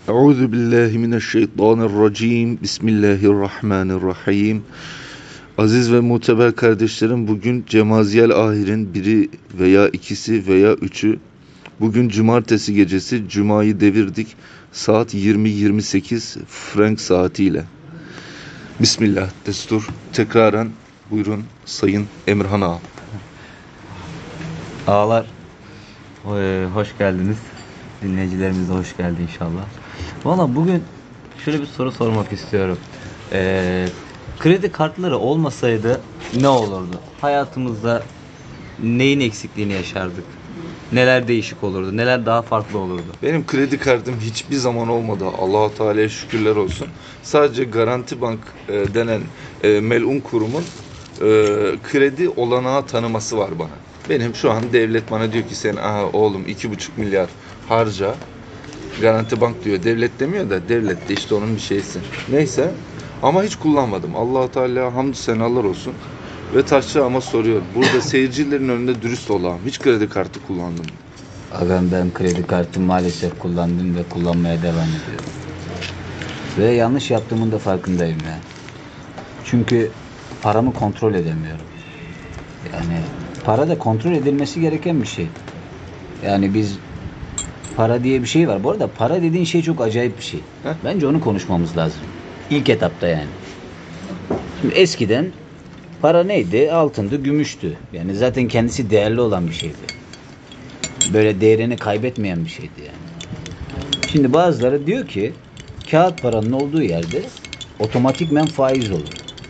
Euzu billahi mineşşeytanirracim. Bismillahirrahmanirrahim. Aziz ve muteber kardeşlerim, bugün Cemaziyel Ahir'in biri veya ikisi veya üçü, bugün cumartesi gecesi, cumayı devirdik saat 20:28 Frank saatiyle. Bismillah, destur. Tekraren buyurun Sayın Emirhan Ağa. Ağalar, hoş geldiniz. Dinleyicilerimiz de hoş geldi inşallah. Valla bugün şöyle bir soru sormak istiyorum. Kredi kartları olmasaydı ne olurdu? Hayatımızda neyin eksikliğini yaşardık? Neler değişik olurdu? Neler daha farklı olurdu? Benim kredi kartım hiçbir zaman olmadı. Allah-u Teala'ya şükürler olsun. Sadece Garanti Bank denen melun kurumun kredi olanağı tanıması var bana. Benim şu an devlet bana diyor ki sen oğlum 2,5 milyar harca. Garanti Bank diyor. Devlet demiyor da devlet de işte onun bir şeysi. Neyse ama hiç kullanmadım. Allah-u Teala'ya hamdü senalar olsun. Ve taşçı ama soruyor. Burada seyircilerin önünde dürüst olalım. Hiç kredi kartı kullandım. Ben kredi kartımı maalesef kullandım ve kullanmaya devam ediyorum. Ve yanlış yaptığımın da farkındayım ya. Çünkü paramı kontrol edemiyorum. Yani para da kontrol edilmesi gereken bir şey. Yani biz para diye bir şey var. Bu arada para dediğin şey çok acayip bir şey. Bence onu konuşmamız lazım. İlk etapta yani. Şimdi eskiden para neydi? Altındı, gümüştü. Yani zaten kendisi değerli olan bir şeydi. Böyle değerini kaybetmeyen bir şeydi yani. Şimdi bazıları diyor ki kağıt paranın olduğu yerde otomatikmen faiz olur.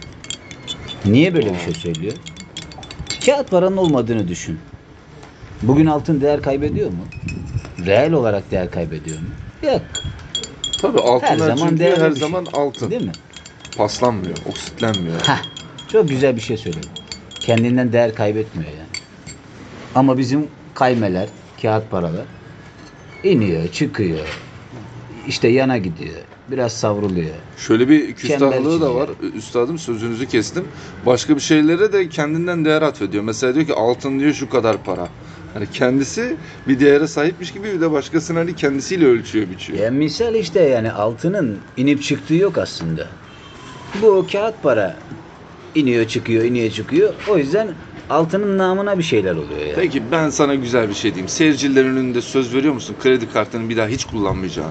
Niye böyle bir şey söylüyor? Kağıt paranın olmadığını düşün. Bugün altın değer kaybediyor mu? Reel olarak değer kaybediyor mu? Yok. Tabii altınlar çünkü her değerli bir zaman şey. altın. Değil mi? Paslanmıyor, oksitlenmiyor. Çok güzel bir şey söyledin. Kendinden değer kaybetmiyor yani. Ama bizim kaymeler, kağıt paralar iniyor, çıkıyor. İşte yana gidiyor. Biraz savruluyor. Şöyle bir küstahlığı da çiziyor. var. Üstadım sözünüzü kestim. Başka bir şeylere de kendinden değer atfediyor. Mesela diyor ki altın diyor şu kadar para. Hani kendisi bir değere sahipmiş gibi bir de başkasını hani kendisiyle ölçüyor, biçiyor. Ya misal işte yani altının inip çıktığı yok aslında. Bu kağıt para iniyor çıkıyor, iniyor çıkıyor. O yüzden altının namına bir şeyler oluyor yani. Peki ben sana güzel bir şey diyeyim. Seyircilerin önünde söz veriyor musun kredi kartını bir daha hiç kullanmayacağını?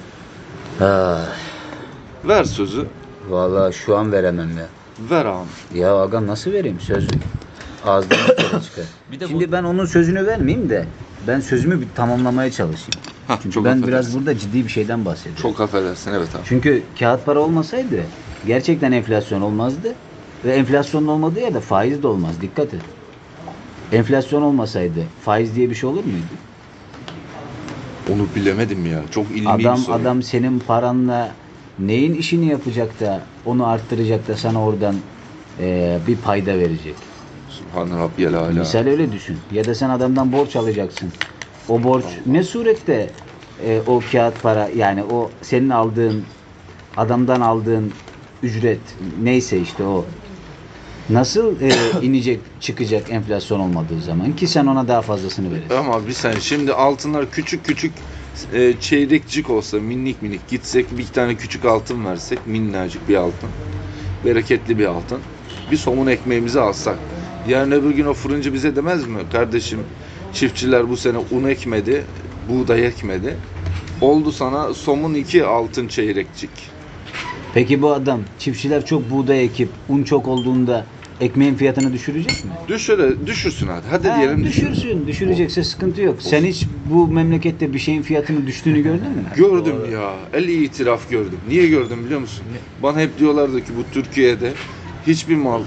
Ver sözü. Vallahi şu an veremem ya. Ver ağam. Ya aga nasıl vereyim sözü? Ağızdan bir kere çıkar. Şimdi ben onun sözünü vermeyeyim de ben sözümü bir tamamlamaya çalışayım. Çünkü çok ben affedersin. biraz burada ciddi bir şeyden bahsediyorum. Çok affedersin, evet abi. Çünkü kağıt para olmasaydı gerçekten enflasyon olmazdı. Ve enflasyonun olmadığı yerde faiz de olmaz. Dikkat et. Enflasyon olmasaydı faiz diye bir şey olur muydu? Onu bilemedim ya. Çok ilmi bir soru. Adam senin paranla neyin işini yapacak da onu arttıracak da sana oradan bir payda verecek. Subhan Rabbiyel Ala. Misal öyle düşün. Ya da sen adamdan borç alacaksın. O borç ne surette o kağıt para yani o senin aldığın adamdan aldığın ücret neyse işte o nasıl inecek çıkacak enflasyon olmadığı zaman ki sen ona daha fazlasını verirsin. Ama bir sen şimdi altınlar küçük küçük çeyrekcik olsa minik minik gitsek bir tane küçük altın versek minnacık bir altın. Bereketli bir altın. Bir somun ekmeğimizi alsak. Yarın öbür gün o fırıncı bize demez mi? Kardeşim çiftçiler bu sene un ekmedi, buğday ekmedi. Oldu sana somun 2 altın çeyrekcik. Peki bu adam çiftçiler çok buğday ekip un çok olduğunda ekmeğin fiyatını düşürecek mi? Düşürsün hadi. Hadi diyelim düşürsün. Düşürecekse sıkıntı yok. Sen hiç bu memlekette bir şeyin fiyatının düştüğünü gördün mü? Gördüm ya. İtiraf gördüm. Niye gördüm biliyor musun? Bana hep diyorlardı ki bu Türkiye'de hiçbir mal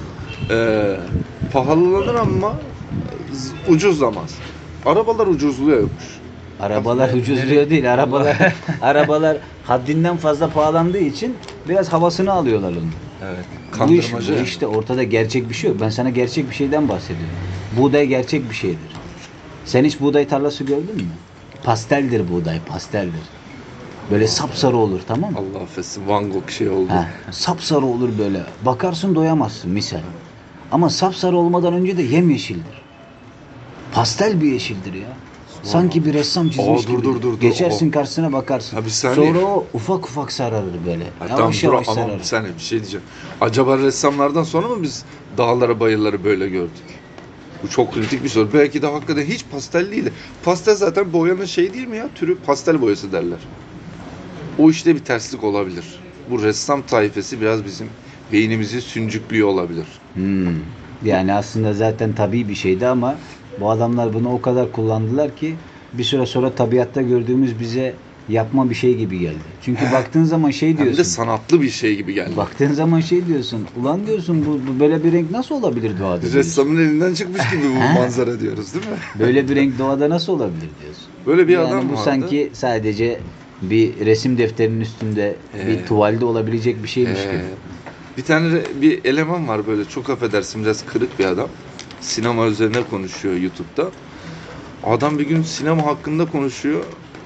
pahalılanır ama ucuzlamaz. Arabalar ucuzluyormuş. Arabalar ucuzluyor değil. Arabalar haddinden fazla pahalandığı için biraz havasını alıyorlar onu. Evet. Bu işte ortada gerçek bir şey yok. Ben sana gerçek bir şeyden bahsediyorum. Buğday gerçek bir şeydir. Sen hiç buğday tarlası gördün mü? Pasteldir buğday, pasteldir. Böyle sapsarı olur, tamam mı? Allah affetsin, Van Gogh şey oldu. Sapsarı olur böyle. Bakarsın doyamazsın misal. Ama sapsarı olmadan önce de yemyeşildir. Pastel bir yeşildir ya. Sanki bir ressam çizmiş Aa, dur, gibi. dur. Geçersin karşısına bakarsın. Ha, bir saniye. Sonra o ufak ufak sararır böyle. Ha, Yavaş dur yavaş ama sararır. bir saniye, bir şey diyeceğim. Acaba ressamlardan sonra mı biz dağları bayırları böyle gördük? Bu çok kritik bir soru. Belki de hakikaten hiç pastel değil. Pastel zaten boyanın şey değil mi ya? Türü pastel boyası derler. O işte bir terslik olabilir. Bu ressam tayfesi biraz bizim beynimizi süncüklüyor olabilir. Yani aslında zaten tabii bir şeydi ama bu adamlar bunu o kadar kullandılar ki bir süre sonra tabiatta gördüğümüz bize yapma bir şey gibi geldi. Çünkü baktığın zaman şey Hem de diyorsun. sanatlı bir şey gibi geldi. Baktığın zaman şey diyorsun. Ulan diyorsun bu böyle bir renk nasıl olabilir doğada diyorsun. Ressamın elinden çıkmış gibi bu He? manzara diyoruz değil mi? Böyle bir renk doğada nasıl olabilir diyorsun. Böyle bir Yani adam bu vardı. sanki sadece bir resim defterinin üstünde bir tuvalde olabilecek bir şeymiş gibi. Bir tane bir eleman var böyle, çok affedersin, biraz kırık bir adam. Sinema üzerine konuşuyor YouTube'da. Adam bir gün sinema hakkında konuşuyor.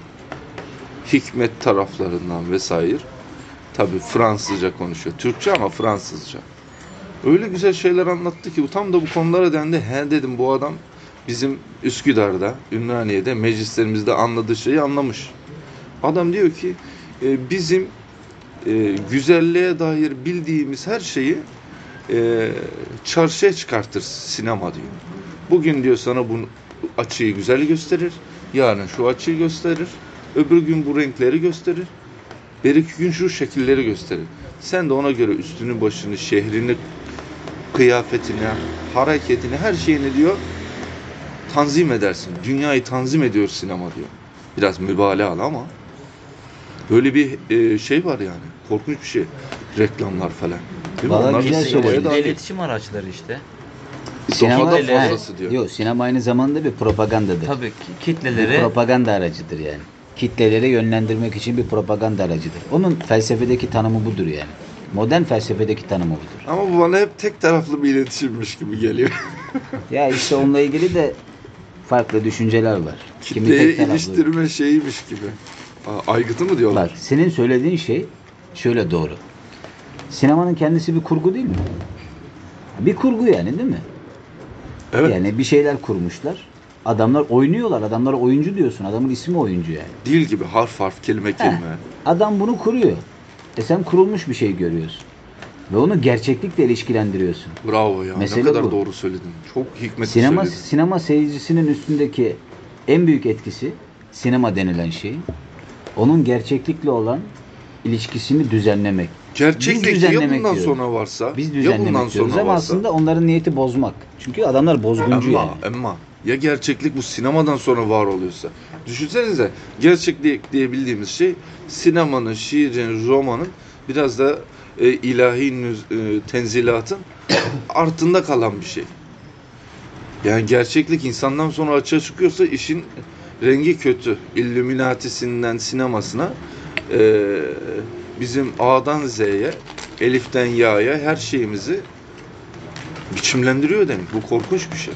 Hikmet taraflarından vesaire. Tabii Fransızca konuşuyor. Türkçe ama Fransızca. Öyle güzel şeyler anlattı ki tam da bu konulara dendi. He dedim, bu adam bizim Üsküdar'da, Ümraniye'de meclislerimizde anladığı şeyi anlamış. Adam diyor ki bizim güzelliğe dair bildiğimiz her şeyi çarşıya çıkartır sinema diyor. Bugün diyor sana bu açıyı güzel gösterir. Yarın şu açıyı gösterir. Öbür gün bu renkleri gösterir. Bir iki gün şu şekilleri gösterir. Sen de ona göre üstünü, başını, şehrini, kıyafetini, hareketini, her şeyini diyor tanzim edersin. Dünyayı tanzim ediyor sinema diyor. Biraz mübalağalı ama böyle bir şey var yani. Korkunç bir şey. Reklamlar falan. Değil mi? Vallahi Onlar güzel da sinemaya söyledin. dahil. İletişim araçları işte. Sinema, Daha da he, fazlası diyor. yok, sinema aynı zamanda bir propagandadır. Tabii ki Bir kitleleri propaganda aracıdır yani. Kitleleri yönlendirmek için bir propaganda aracıdır. Onun felsefedeki tanımı budur yani. Modern felsefedeki tanımı budur. Ama bu bana hep tek taraflı bir iletişimmiş gibi geliyor. Ya işte onunla ilgili de farklı düşünceler var. Kimi Kitleyi tek taraflı. iliştirme şeyiymiş gibi. Aygıtı mı diyorlar? Bak, senin söylediğin şey şöyle doğru. Sinemanın kendisi bir kurgu değil mi? Bir kurgu yani, değil mi? Evet. Yani bir şeyler kurmuşlar. Adamlar oynuyorlar. Adamlara oyuncu diyorsun. Adamın ismi oyuncu yani. Dil gibi harf harf, kelime Heh, kelime. adam bunu kuruyor. Sen kurulmuş bir şey görüyorsun. Ve onu gerçeklikle ilişkilendiriyorsun. Bravo ya. Mesele ne kadar bu. doğru söyledin. Çok hikmetli Sinema söyledin. sinema seyircisinin üstündeki en büyük etkisi, sinema denilen şey, onun gerçeklikle olan ilişkisini düzenlemek. Biz Gerçeklik ya düzenlemek bundan diyoruz. sonra varsa, Biz ya bundan düzenlemek diyoruz sonra ama varsa. aslında onların niyeti bozmak. Çünkü adamlar bozguncu yani. Ama ya gerçeklik bu sinemadan sonra var oluyorsa. Düşünsenize, gerçeklik diye bildiğimiz şey sinemanın, şiirin, romanın biraz da ilahi tenzilatın altında kalan bir şey. Yani gerçeklik insandan sonra açığa çıkıyorsa işin rengi kötü. İllüminatisinden sinemasına bizim A'dan Z'ye, Elif'ten Ya'ya her şeyimizi biçimlendiriyor demek. Bu korkunç bir şey.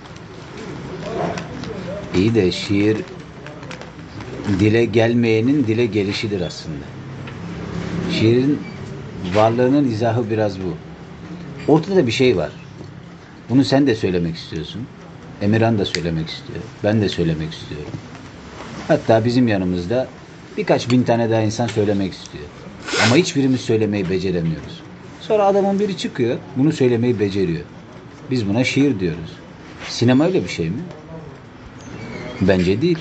İyi de şiir dile gelmeyenin dile gelişidir aslında. Şiirin varlığının izahı biraz bu. Ortada bir şey var. Bunu sen de söylemek istiyorsun. Emirhan da söylemek istiyor. Ben de söylemek istiyorum. Hatta bizim yanımızda birkaç bin tane daha insan söylemek istiyor. Ama hiçbirimiz söylemeyi beceremiyoruz. Sonra adamın biri çıkıyor, bunu söylemeyi beceriyor. Biz buna şiir diyoruz. Sinema öyle bir şey mi? Bence değil.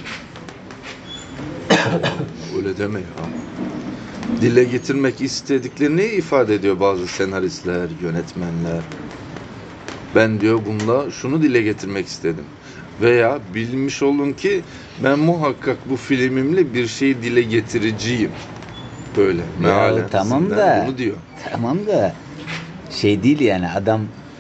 Öyle deme ya. Dile getirmek istediklerini ifade ediyor bazı senaristler, yönetmenler. Ben diyor bunda şunu dile getirmek istedim. Veya bilmiş olun ki ben muhakkak bu filmimle bir şeyi dile getireceğim. Böyle mealen. tamam da. Bunu diyor. Tamam da şey değil yani, adam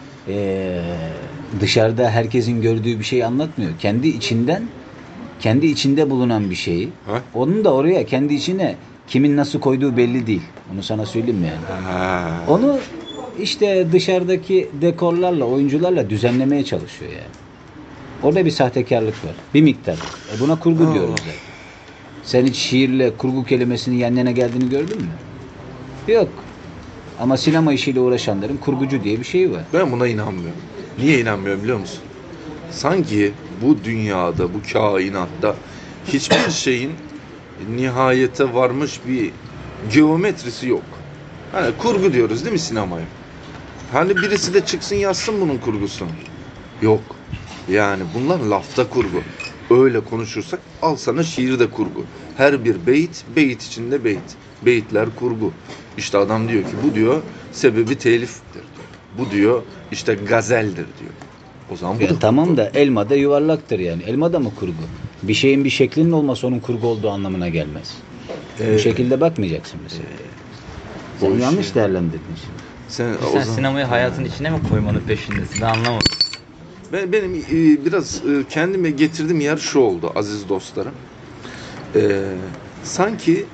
dışarıda herkesin gördüğü bir şey anlatmıyor. Kendi içinde bulunan bir şeyi. Ha? Onun da oraya kendi içine kimin nasıl koyduğu belli değil. Onu sana söyleyeyim mi yani? Ha. Onu işte dışarıdaki dekorlarla, oyuncularla düzenlemeye çalışıyor yani. Orada bir sahtekarlık var. Bir miktar. Buna kurgu diyoruz zaten. Sen hiç şiirle kurgu kelimesinin yan yana geldiğini gördün mü? Yok. Ama sinema işiyle uğraşanların kurgucu diye bir şey var. Ben buna inanmıyorum. Niye inanmıyorum biliyor musun? Sanki bu dünyada, bu kainatta hiçbir şeyin nihayete varmış bir geometrisi yok. Hani kurgu diyoruz değil mi sinemaya? Hani birisi de çıksın yazsın bunun kurgusunu. Yok. Yani bunlar lafta kurgu. Öyle konuşursak al sana şiir de kurgu. Her bir beyit içinde beyit. Beyitler kurgu. İşte adam diyor ki bu diyor sebebi teliftir diyor. Bu diyor işte gazeldir diyor. O zaman bu Ya da tamam kurgu. da elma da yuvarlaktır yani. Elma da mı kurgu? Bir şeyin bir şeklinin olması onun kurgu olduğu anlamına gelmez. Bu şekilde bakmayacaksın mesela. Sen o yanlış işi- değerlendirdin şimdi. Sen, o Sen zaman sinemayı hayatın içine mi koymanın peşindesin? Ben anlamadım. benim biraz kendime getirdiğim yer şu oldu aziz dostlarım. Sanki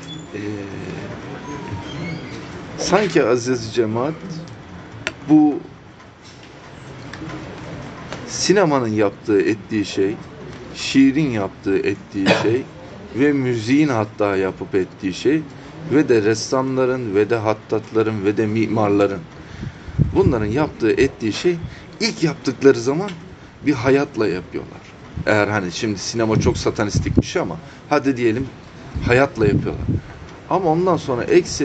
sanki aziz cemaat bu sinemanın yaptığı ettiği şey, şiirin yaptığı ettiği şey ve müziğin hatta yapıp ettiği şey ve de ressamların ve de hattatların ve de mimarların bunların yaptığı ettiği şey ilk yaptıkları zaman bir hayatla yapıyorlar. Eğer hani şimdi sinema çok satanistik bir şey ama hadi diyelim hayatla yapıyorlar. Ama ondan sonra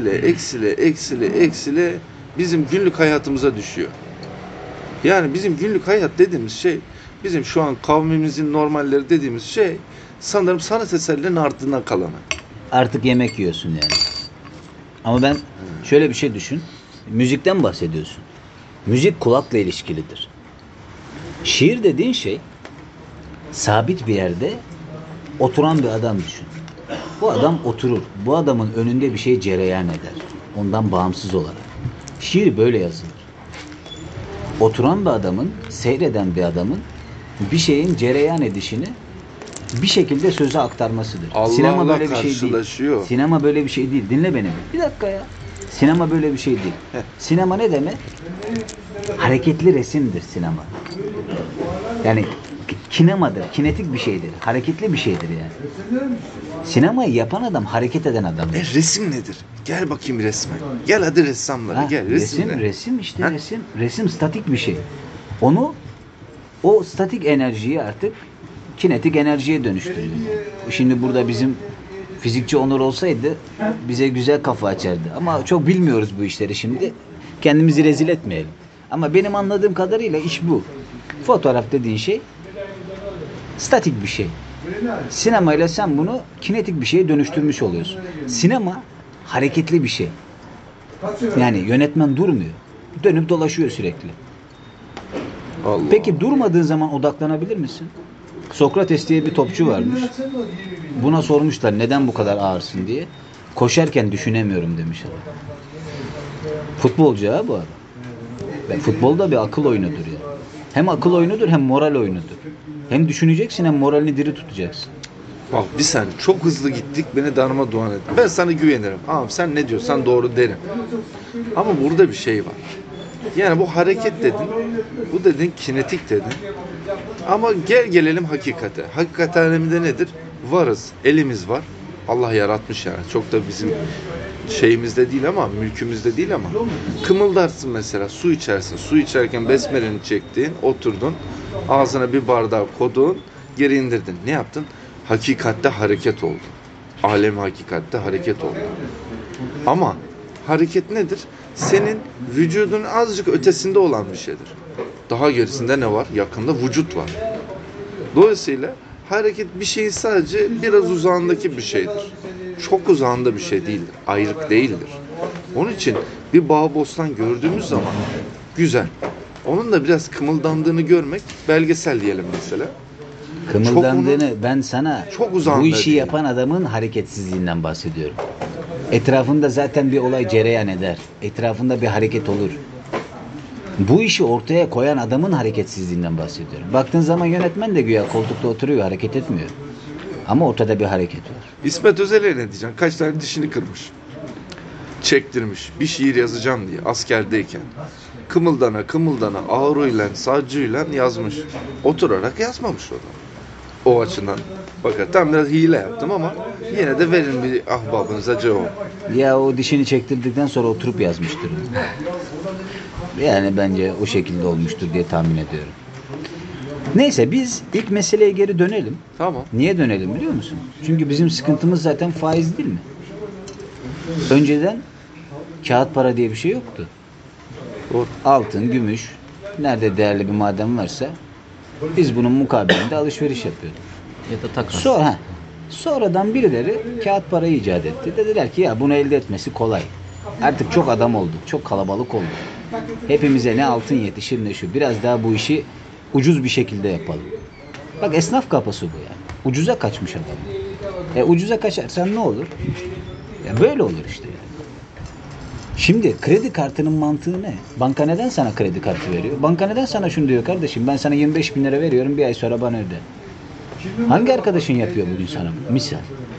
eksile bizim günlük hayatımıza düşüyor. Yani bizim günlük hayat dediğimiz şey, bizim şu an kavmimizin normalleri dediğimiz şey sanırım sanat eserlerinin ardına kalanı. Artık yemek yiyorsun yani. Ama ben şöyle bir şey düşün. Müzikten bahsediyorsun. Müzik kulakla ilişkilidir. Şiir dediğin şey sabit bir yerde oturan bir adam düşün. Bu adam oturur. Bu adamın önünde bir şey cereyan eder. Ondan bağımsız olarak. Şiir böyle yazılır. Oturan bir adamın, seyreden bir adamın bir şeyin cereyan edişini bir şekilde söze aktarmasıdır. Sinema Allah'la böyle bir şey değil. karşılaşıyor. Sinema Sinema böyle bir şey değil. Dinle beni. Bir dakika ya. Sinema böyle bir şey değil. Heh. Sinema ne demek? Hareketli resimdir sinema. Yani kinemadır, kinetik bir şeydir. Hareketli bir şeydir yani. Sinemayı yapan adam hareket eden adamdır. Resim nedir? Gel bakayım resme. Gel hadi ressamlara Ha, gel. Resim ne? resim işte Ha? resim statik bir şey. O statik enerjiyi artık kinetik enerjiye dönüştürüyor. Şimdi burada bizim fizikçi Onur olsaydı bize güzel kafa açardı. Ama çok bilmiyoruz bu işleri şimdi. Kendimizi rezil etmeyelim. Ama benim anladığım kadarıyla iş bu. Fotoğraf dediğin şey statik bir şey. Sinemayla sen bunu kinetik bir şeye dönüştürmüş oluyorsun. Sinema hareketli bir şey. Yani yönetmen durmuyor. Dönüp dolaşıyor sürekli. Allah. Peki durmadığın zaman odaklanabilir misin? Sokrates diye bir topçu varmış. Buna sormuşlar neden bu kadar ağırsın diye. Koşarken düşünemiyorum demiş adam. Futbolcu ha bu adam. Ve futbol da bir akıl oyunudur ya. Hem akıl oyunudur hem moral oyunudur. Hem düşüneceksin hem moralini diri tutacaksın. Bak bir saniye çok hızlı gittik beni darmadağın et. Ben sana güvenirim. Ağam sen ne diyorsan doğru derim. Ama burada bir şey var. Yani bu hareket dedin. Bu dedin kinetik dedin. Ama gelelim hakikate. Hakikat aleminde nedir? Varız. Elimiz var. Allah yaratmış yani. Çok da bizim şeyimizde değil ama mülkümüzde değil ama kımıldarsın mesela su içersin. Su içerken besmeleni çektin, oturdun. Ağzına bir bardağı koydun, geri indirdin. Ne yaptın? Hakikatte hareket oldu. Alem hakikatte hareket oldu. Ama hareket nedir? Senin vücudun azıcık ötesinde olan bir şeydir. Daha gerisinde ne var? Yakında vücut var. Dolayısıyla hareket bir şeyin sadece biraz uzağındaki bir şeydir. Çok uzağında bir şey değildir. Ayrık değildir. Onun için bir bağ bostan gördüğümüz zaman güzel. Onun da biraz kımıldandığını görmek belgesel diyelim mesela. Kımıldandığını ben sana çok uzağında bu işi değil. yapan adamın hareketsizliğinden bahsediyorum. Etrafında zaten bir olay cereyan eder. Etrafında bir hareket olur. Bu işi ortaya koyan adamın hareketsizliğinden bahsediyorum. Baktığın zaman yönetmen de güya koltukta oturuyor, hareket etmiyor. Ama ortada bir hareket var. İsmet Özel'e ne diyeceksin? Kaç tane dişini kırmış. Çektirmiş. Bir şiir yazacağım diye askerdeyken. Kımıldana ağrıyla, sağcıyla yazmış. Oturarak yazmamış o da. O açıdan. Bakın tam biraz hile yaptım ama yine de verin bir ahbabınıza cevap. Ya o dişini çektirdikten sonra oturup yazmıştır. Yani bence o şekilde olmuştur diye tahmin ediyorum. Neyse biz ilk meseleye geri dönelim. Tamam. Niye dönelim biliyor musun? Çünkü bizim sıkıntımız zaten faiz değil mi? Önceden kağıt para diye bir şey yoktu. Doğru. Altın, gümüş, nerede değerli bir maden varsa biz bunun mukabilinde alışveriş yapıyorduk. Ya da takas. Sonradan birileri kağıt parayı icat etti. Dediler ki ya bunu elde etmesi kolay. Artık çok adam olduk, çok kalabalık olduk. Hepimize ne altın yetişir ne şu. Biraz daha bu işi ucuz bir şekilde yapalım. Bak esnaf kafası bu yani. Ucuza kaçmış adam. Ucuza kaçarsan ne olur? Ya böyle olur işte yani. Şimdi kredi kartının mantığı ne? Banka neden sana kredi kartı veriyor? Banka neden sana şunu diyor kardeşim ben sana 25 bin lira veriyorum bir ay sonra bana öde. Hangi arkadaşın yapıyor bugün sana? Misal.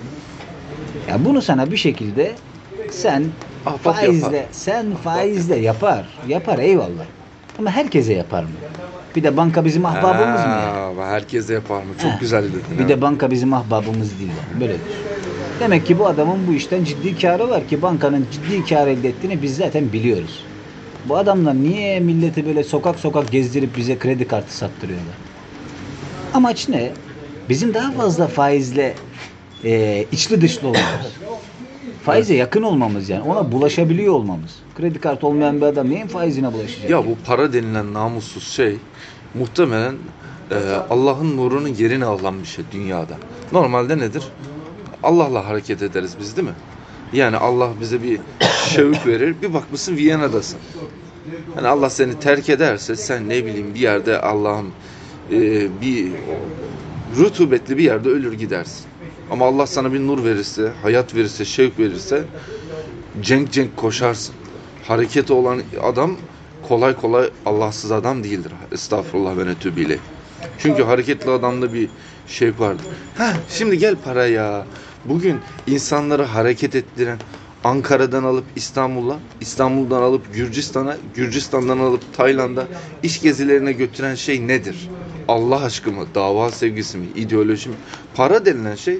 Ya bunu sana bir şekilde sen Ahbap faizle, yapar. faizle yapar eyvallah. Ama herkese yapar mı? Bir de banka bizim ahbabımız mı yani? Herkes de yapar mı? Çok Ha. güzel dedin. Bir ha. de banka bizim ahbabımız değil yani. Böyle düşün. Demek ki bu adamın bu işten ciddi karı var ki bankanın ciddi kar elde ettiğini biz zaten biliyoruz. Bu adamlar niye milleti böyle sokak sokak gezdirip bize kredi kartı sattırıyorlar? Amaç ne? Bizim daha fazla faizle içli dışlı olmamız. Faize yakın olmamız yani. Ona bulaşabiliyor olmamız. Kredi kartı olmayan bir adam neyin faizine bulaşacak? Ya bu para denilen namussuz şey muhtemelen Allah'ın nurunun yerine alan bir şey dünyada. Normalde nedir? Allah'la hareket ederiz biz değil mi? Yani Allah bize bir şevk verir. Bir bakmışsın Viyana'dasın. Yani Allah seni terk ederse sen ne bileyim bir yerde Allah'ım bir rutubetli bir yerde ölür gidersin. Ama Allah sana bir nur verirse, hayat verirse, şevk verirse cenk koşarsın. Hareketi olan adam kolay kolay Allahsız adam değildir. Estağfurullah ve netûbü ileyh. Çünkü hareketli adamda bir şevk vardır. Şimdi gel paraya. Bugün insanları hareket ettiren Ankara'dan alıp İstanbul'a, İstanbul'dan alıp Gürcistan'a, Gürcistan'dan alıp Tayland'a iş gezilerine götüren şey nedir? Allah aşkı mı? Dava sevgisi mi? İdeoloji mi? Para denilen şey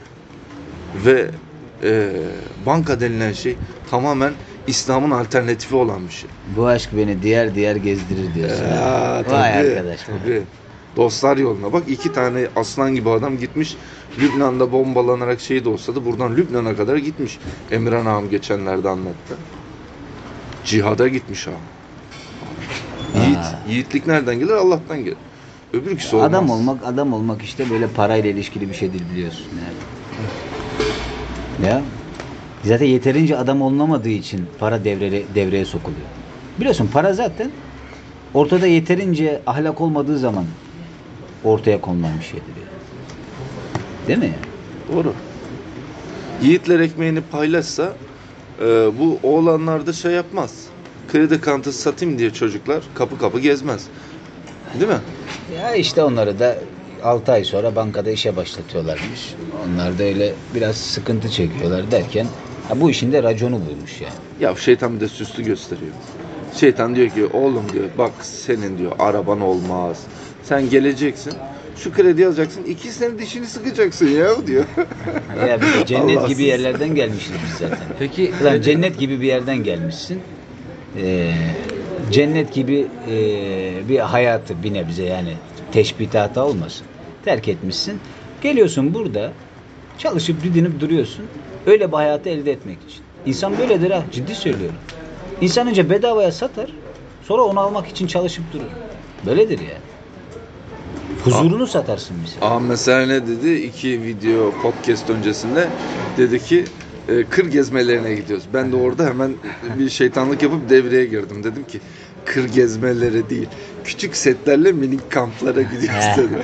ve banka denilen şey tamamen İslam'ın alternatifi olan bir şey. Bu aşk beni diğer gezdirir diyorsun. Vay arkadaş. Tabii. Dostlar yoluna. Bak 2 tane aslan gibi adam gitmiş. Lübnan'da bombalanarak şehit olsa da buradan Lübnan'a kadar gitmiş. Emirhan ağam geçenlerde anlattı. Cihada gitmiş ağam. Yiğitlik nereden gelir? Allah'tan gelir. Öbürküsü olmaz. Adam olmak işte böyle parayla ilişkili bir şey değil biliyorsun yani. Ya zaten yeterince adam olunamadığı için para devreye sokuluyor. Biliyorsun para zaten ortada yeterince ahlak olmadığı zaman ortaya konulan bir şeydir yani. Değil mi? Doğru. Yiğitler ekmeğini paylaşsa bu oğlanlar da şey yapmaz. Kredi kartı satayım diye çocuklar kapı kapı gezmez. Değil mi? Ya işte onları da 6 ay sonra bankada işe başlatıyorlarmış. Onlar da öyle biraz sıkıntı çekiyorlar derken bu işin de raconu buymuş yani. Ya şeytan bir de süslü gösteriyor. Şeytan diyor ki oğlum diyor bak senin diyor araban olmaz. Sen geleceksin. Şu kredi alacaksın. 2 sene dişini sıkacaksın ya diyor. Ya bir de cennet Allahsız. gibi yerlerden gelmişiz biz zaten. Peki Ulan cennet gibi bir yerden gelmişsin. Cennet gibi bir hayatı bir nebze yani teşbih hata olmasın. Terk etmişsin. Geliyorsun burada çalışıp didinip duruyorsun. Öyle bir hayatı elde etmek için. İnsan böyledir ha. Ciddi söylüyorum. İnsan önce bedavaya satar. Sonra onu almak için çalışıp durur. Böyledir yani. Huzurunu satarsın mesela. Ağam mesela ne dedi? 2 video podcast öncesinde dedi ki kır gezmelerine gidiyoruz. Ben de orada hemen bir şeytanlık yapıp devreye girdim. Dedim ki kır gezmeleri değil. Küçük setlerle minik kamplara gidiyoruz dedim.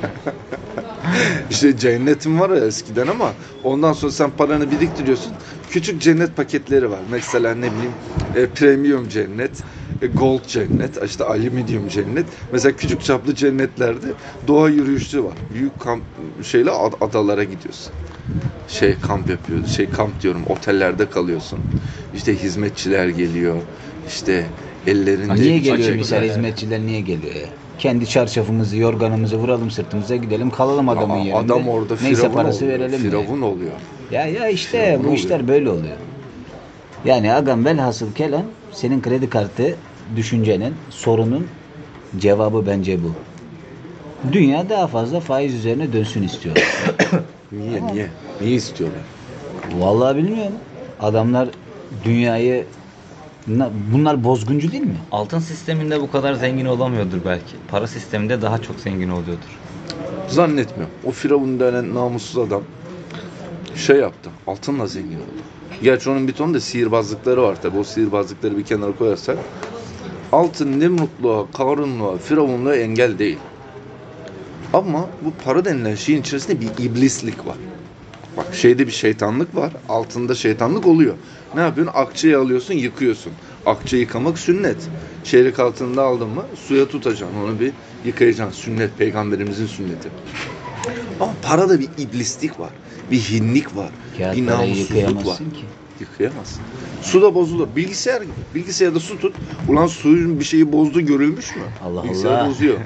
İşte cennetim var ya eskiden ama ondan sonra sen paranı biriktiriyorsun. Küçük cennet paketleri var. Mesela ne bileyim premium cennet, gold cennet, işte alüminyum cennet. Mesela küçük çaplı cennetlerde doğa yürüyüşü var. Büyük kamp şeyle adalara gidiyorsun. Kamp yapıyoruz. Kamp diyorum otellerde kalıyorsun. İşte hizmetçiler geliyor. İşte ellerinde Niye geliyor çiçekler. misal hizmetçiler niye geliyor ya? Kendi çarşafımızı, yorganımızı vuralım sırtımıza gidelim kalalım adamın yerinde. Adam orada neyse firavun parası oluyor. verelim Firavun diye. oluyor. Ya işte Firavun bu oluyor. işler böyle oluyor. Yani agam velhasıl kelam senin kredi kartı düşüncenin, sorunun cevabı bence bu. Dünya daha fazla faiz üzerine dönsün istiyorlar. Niye? Niye istiyorlar? Vallahi bilmiyorum. Adamlar dünyayı bunlar bozguncu değil mi? Altın sisteminde bu kadar zengin olamıyordur belki. Para sisteminde daha çok zengin oluyordur. Zannetmiyorum. O Firavun denen namussuz adam şey yaptı. Altınla zengin oldu. Gerçi onun bir ton da sihirbazlıkları var tabi. O sihirbazlıkları bir kenara koyarsak altın Nemrutluğa, Karunluğa, Firavunluğa engel değil. Ama bu para denilen şeyin içerisinde bir iblislik var. Bak şeyde bir şeytanlık var. Altında şeytanlık oluyor. Ne yapıyorsun? Akçeyi alıyorsun, yıkıyorsun. Akçe yıkamak sünnet. Çeyrek altında aldın mı suya tutacaksın. Onu bir yıkayacaksın. Sünnet. Peygamberimizin sünneti. Ama parada bir iblislik var. Bir hinlik var. Kağıt bir parayı namussuzluk var. yıkayamazsın ki. Yıkayamazsın. Su da bozulur. Bilgisayar gibi. Bilgisayarda su tut. Ulan suyun bir şeyi bozduğu görülmüş mü? Allah Bilgisayar Allah. bozuyor.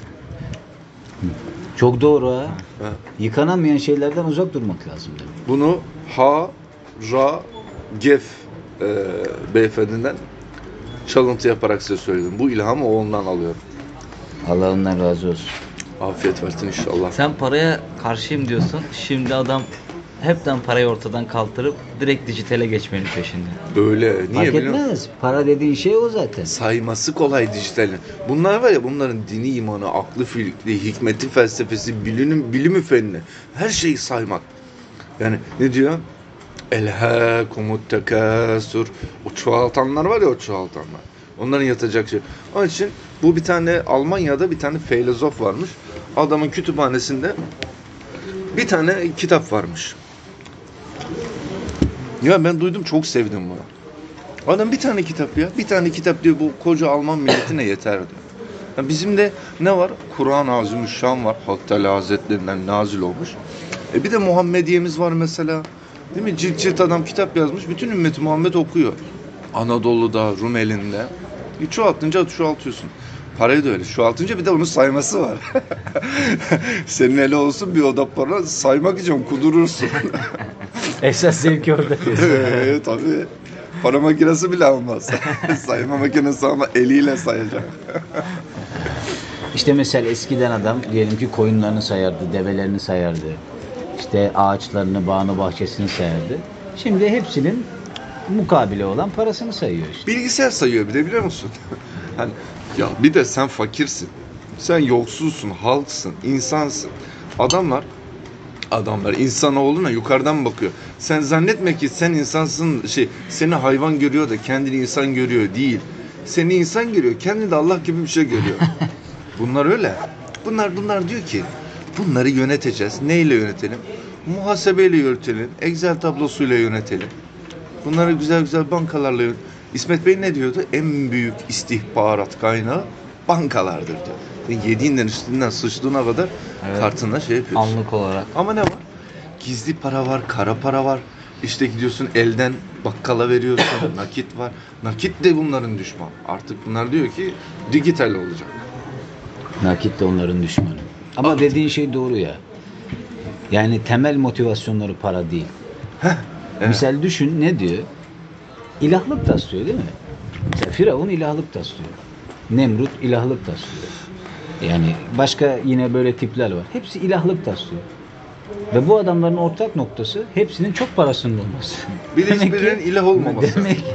Çok doğru ha. Ha. Yıkanamayan şeylerden uzak durmak lazım demek. Bunu Ra Gef beyefendiden çalıntı yaparak size söyledim. Bu ilhamı ondan alıyorum. Allah ondan razı olsun. Afiyet versin inşallah. Sen paraya karşıyım diyorsun. Şimdi adam hepten parayı ortadan kaldırıp direkt dijitale geçmenin peşinde. Öyle. Niye Fark biliyor musun? etmez. Para dediğin şey o zaten. Sayması kolay dijitalin. Bunlar var ya bunların dini imanı, aklı fikri, hikmeti, felsefesi, bilimi fenni. Her şeyi saymak. Yani ne diyor? Elhâkumut tekâsur. O çoğaltanlar var ya o çoğaltanlar. Onların yatacak şey. Onun için bu bir tane Almanya'da bir tane filozof varmış. Adamın kütüphanesinde bir tane kitap varmış. Ya ben duydum çok sevdim bunu. Adam bir tane kitap ya. Bir tane kitap diyor bu koca Alman milletine yeter diyor. Ya bizim de ne var? Kur'an-ı Azimüşşan var. Hak Teâlâ Hazretlerinden nazil olmuş. Bir de Muhammediye'miz var mesela. Değil mi? Cilt cilt adam kitap yazmış. Bütün ümmeti Muhammed okuyor. Anadolu'da, Rumeli'nde. Çoğaltınca çoğaltıyorsun. Parayı da öyle. Çoğaltınca bir de onun sayması var. Senin ele olsun bir oda para saymak için kudurursun. Esas zevki orada. Tabii. Para makinesi bile almaz. Sayma makinesi ama eliyle sayacak. İşte mesela eskiden adam diyelim ki koyunlarını sayardı, develerini sayardı. İşte ağaçlarını, bağını, bahçesini sayardı. Şimdi hepsinin mukabile olan parasını sayıyor işte. Bilgisayar sayıyor bir de biliyor musun? Hani ya bir de sen fakirsin. Sen yoksulsun, halksın, insansın. Adamlar insanoğluna yukarıdan bakıyor. Sen zannetme ki sen insansın seni hayvan görüyor da kendini insan görüyor değil. Seni insan görüyor, kendini de Allah gibi bir şey görüyor. Bunlar öyle. Bunlar diyor ki bunları yöneteceğiz. Neyle yönetelim? Muhasebeyle yönetelim. Excel tablosuyla yönetelim. Bunları güzel güzel bankalarla yönetelim. İsmet Bey ne diyordu? En büyük istihbarat kaynağı bankalardır diyor. Yediğinden üstünden sıçtığına kadar Evet. kartına şey yapıyorsun. Anlık olarak. Ama ne var? Gizli para var, kara para var. İşte gidiyorsun elden bakkala veriyorsun, nakit var. Nakit de bunların düşmanı. Artık bunlar diyor ki dijital olacak. Nakit de onların düşmanı. Ama dediğin şey doğru ya. Yani temel motivasyonları para değil. Evet. Misal düşün ne diyor? İlahlık taslıyor değil mi? Mesela Firavun ilahlık taslıyor. Nemrut ilahlık taslıyor. Yani başka yine böyle tipler var. Hepsi ilahlık taslıyor. Ve bu adamların ortak noktası hepsinin çok parasının olması. Bir de Demek hiçbirinin ki- ilah olmaması.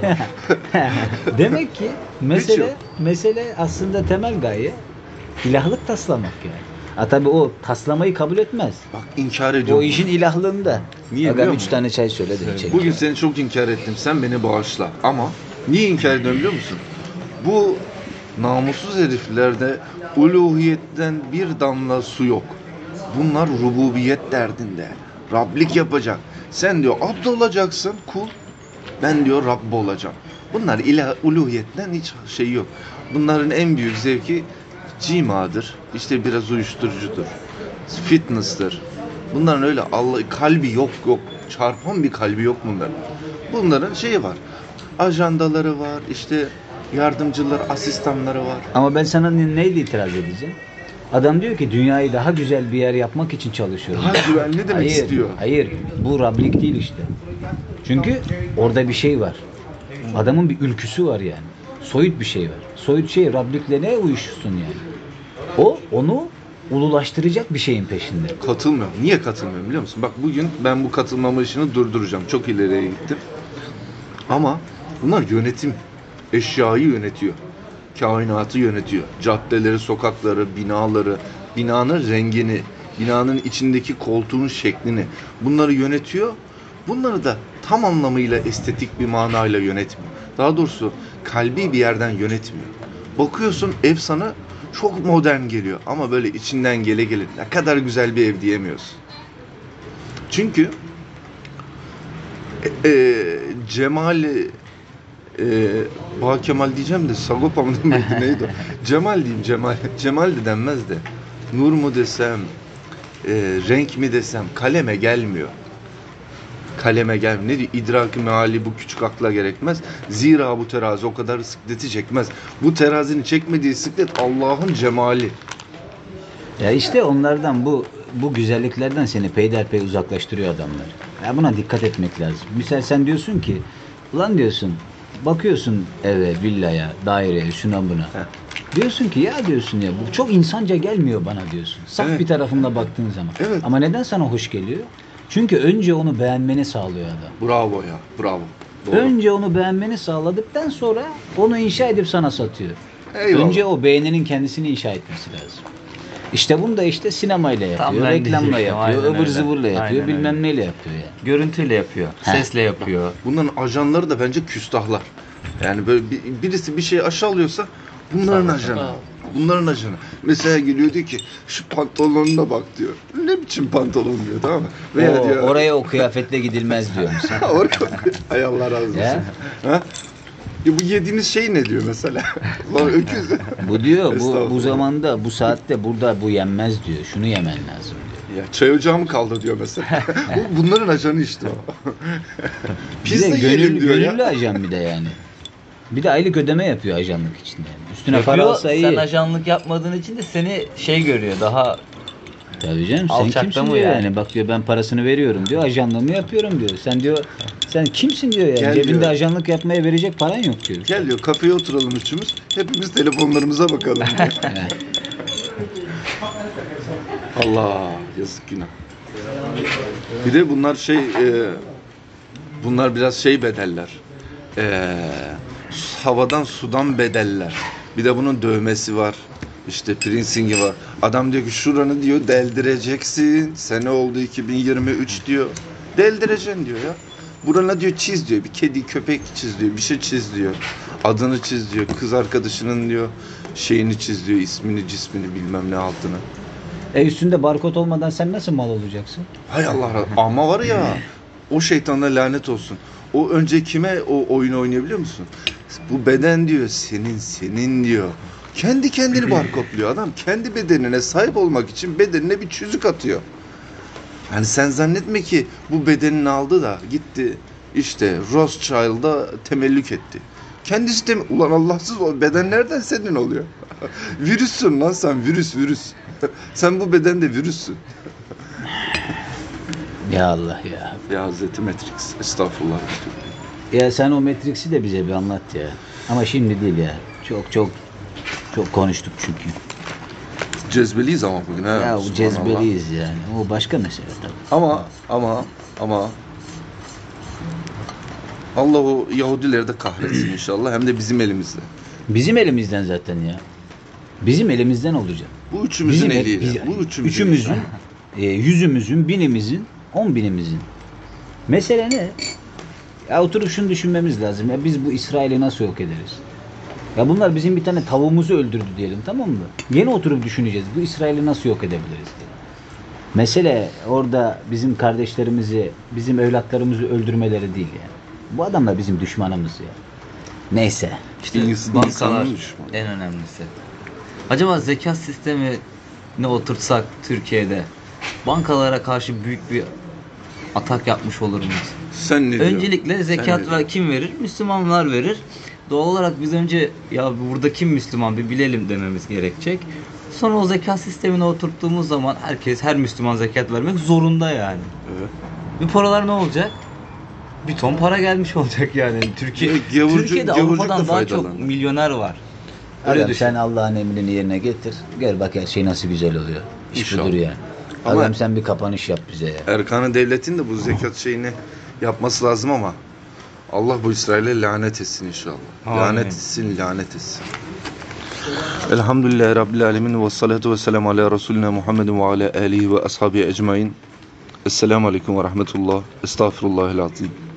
Demek ki mesele aslında temel gaye ilahlık taslamak yani. Ha tabii o taslamayı kabul etmez. Bak inkar ediyorum. O işin ilahlığında. Niye Agam biliyor 3 musun? tane çay söyle de içelim. Bugün seni çok inkar ettim. Sen beni bağışla. Ama niye inkar ediyorum biliyor musun? Bu namussuz heriflerde uluhiyetten bir damla su yok. Bunlar rububiyet derdinde. Rablik yapacak. Sen diyor abd olacaksın kul. Ben diyor Rabb olacağım. Bunlar uluhiyetten hiç şey yok. Bunların en büyük zevki cimadır. İşte biraz uyuşturucudur. Fitness'tır. Bunların öyle kalbi yok. Çarpan bir kalbi yok bunların. Bunların şeyi var. Ajandaları var. İşte yardımcılar, asistanları var. Ama ben sana neyle itiraz edeceğim? Adam diyor ki dünyayı daha güzel bir yer yapmak için çalışıyorum. Daha güvenli demek Hayır, istiyor. hayır. Bu Rablik değil işte. Çünkü orada bir şey var. Adamın bir ülküsü var yani. Soyut bir şey var. Soyut şey Rablikle ne uyuşsun yani? Onu ululaştıracak bir şeyin peşinde. Katılmıyorum. Niye katılmıyorum biliyor musun? Bak bugün ben bu katılmama işini durduracağım. Çok ileriye gittim. Ama bunlar yönetim. Eşyayı yönetiyor. Kainatı yönetiyor. Caddeleri, sokakları, binaları, binanın rengini, binanın içindeki koltuğun şeklini. Bunları yönetiyor. Bunları da tam anlamıyla estetik bir manayla yönetmiyor. Daha doğrusu kalbi bir yerden yönetmiyor. Bakıyorsun ev sana çok modern geliyor ama böyle içinden gele gele ne kadar güzel bir ev diyemiyorsun. Çünkü Cemali Bağ Kemal diyeceğim de Sagopa mı demekti neydi o? Cemal diyeyim Cemal. Cemal de denmez de. Nur mu desem, renk mi desem kaleme gelmiyor. Kaleme gelmiyor. Ne diyor? İdrak-ı meali bu küçük akla gerekmez. Zira bu terazi o kadar sıkleti çekmez. Bu terazinin çekmediği sıklet Allah'ın cemali. Ya işte onlardan bu güzelliklerden seni peyderpey uzaklaştırıyor adamlar. Ya buna dikkat etmek lazım. Misal sen diyorsun ki, ulan diyorsun, bakıyorsun eve, villaya, daireye, şuna buna. Diyorsun ki ya diyorsun ya bu çok insanca gelmiyor bana diyorsun. Saf Evet. bir tarafında baktığın zaman. Evet. Ama neden sana hoş geliyor? Çünkü önce onu beğenmeni sağlıyor adam. Bravo ya, bravo. Doğru. Önce onu beğenmeni sağladıktan sonra onu inşa edip sana satıyor. Eyvallah. Önce o beğenenin kendisini inşa etmesi lazım. İşte bunu da işte sinemayla Tam yapıyor, ben reklamla diyecektim, yapıyor, aynen ıvır öyle. zıvırla yapıyor, Aynen bilmem öyle. neyle yapıyor yani. Görüntüyle yapıyor, Heh. sesle yapıyor. Bunların ajanları da bence küstahlar. Yani böyle birisi bir şey aşağılıyorsa bunların ajanı. Bunların ajanı. Mesela geliyor diyor ki şu pantolonuna bak diyor. Ne biçim pantolon diyor, tamam mı? Veya diyor, Oraya o kıyafetle gidilmez diyor mesela. oraya hay Allah razı olsun. Ya. Ha? Ya bu yediğiniz şey ne diyor mesela? Lan öküz. Bu diyor bu Estağfurullah. zamanda, bu saatte burada bu yenmez diyor. Şunu yemen lazım diyor. Ya çay ocağı mı kaldı diyor mesela. Bunların ajanı işte o. Bir Pizza de yiyelim diyor gönüllü ya. ajan bir de yani. Bir de aylık ödeme yapıyor ajanlık için yani. Üstüne para Yapıyor, alsa sen iyi. ajanlık yapmadığın için de seni şey görüyor, daha Tabii canım sen Alçakta kimsin mı diyor yani? yani. Bak diyor ben parasını veriyorum diyor. Ajanlığımı yapıyorum diyor. Sen diyor sen kimsin diyor yani. Gel Cebinde diyor. ajanlık yapmaya verecek paran yok diyor. Gel diyor kafeye oturalım üçümüz. Hepimiz telefonlarımıza bakalım diyor. Evet. Allah yazık günah. Bir de bunlar bunlar biraz şey bedeller. Havadan sudan bedeller. Bir de bunun dövmesi var. İşte piercingi var. Adam diyor ki şuranı diyor deldireceksin. Sene oldu 2023 diyor. Deldireceksin diyor ya. Burana diyor çiz diyor. Bir kedi köpek çiz diyor. Bir şey çiz diyor. Adını çiz diyor. Kız arkadaşının diyor şeyini çiz diyor. İsmini, cismini bilmem ne altını. Üstünde barkod olmadan sen nasıl mal olacaksın? Hay Allah ama var ya o şeytana lanet olsun. O önce kime o oyunu oynayabiliyor musun? Bu beden diyor senin diyor. Kendi kendini barkodluyor adam. Kendi bedenine sahip olmak için bedenine bir çüzük atıyor. Yani sen zannetme ki bu bedenini aldı da gitti işte Rothschild'a temellük etti. Kendisi ulan Allahsız o beden nereden senin oluyor? Virüssün lan sen virüs. Sen bu bedende virüssün. Ya Allah ya. Ya Hazreti Matrix. Estağfurullah. Ya sen o Matrix'i de bize bir anlat ya. Ama şimdi değil ya. Çok konuştuk çünkü. Cezbeliyiz ama bugün ha. Ya o Subhanallah. cezbeliyiz yani. O başka mesele tabii. Ama Allah o Yahudileri de kahretsin inşallah. Hem de bizim elimizde. Bizim elimizden zaten ya. Bizim elimizden olacak. Bu üçümüzün Bizim eliyle. Bu üçümüzün, yüzümüzün, binimizin, 10 binimizin. Mesele ne? Ya oturup şunu düşünmemiz lazım. Ya biz bu İsrail'i nasıl yok ederiz? Ya bunlar bizim bir tane tavuğumuzu öldürdü diyelim, tamam mı? Yine oturup düşüneceğiz. Bu İsrail'i nasıl yok edebiliriz diye. Mesele orada bizim kardeşlerimizi, bizim evlatlarımızı öldürmeleri değil yani. Bu adamlar bizim düşmanımız ya. Neyse. işte İnsanın bankalar düşmanı. en önemlisi. Acaba zekat sistemi ne oturtsak Türkiye'de bankalara karşı büyük bir atak yapmış olur muyuz? Sen ne diyorsun? Öncelikle Sen zekat ne diyorsun? kim verir? Müslümanlar verir. Doğal olarak biz önce ya burada kim Müslüman bir bilelim dememiz gerekecek. Sonra o zekat sistemine oturttuğumuz zaman her Müslüman zekat vermek zorunda yani. Evet. Bu paralar ne olacak? Bir ton para gelmiş olacak yani. Türkiye'de gavurcuk Avrupa'dan da daha çok faydalanır. milyoner var. Öyle Adam, düşün. sen Allah'ın emrini yerine getir. Gör bak her şey nasıl güzel oluyor. İş İnşallah. budur yani. Ama- Adam sen bir kapanış yap bize ya. Erkanı devletin de bu zekat şeyini yapması lazım ama Allah bu İsrail'e lanet etsin inşallah. Amin. Lanet etsin, lanet etsin. Elhamdülillahi Rabbil Alemin ve salatu ve selamu ala Resulina Muhammedin ve ala alihi ve ashabihi ecmain. Esselamu Aleyküm ve Rahmetullah. Estağfirullahil Azim.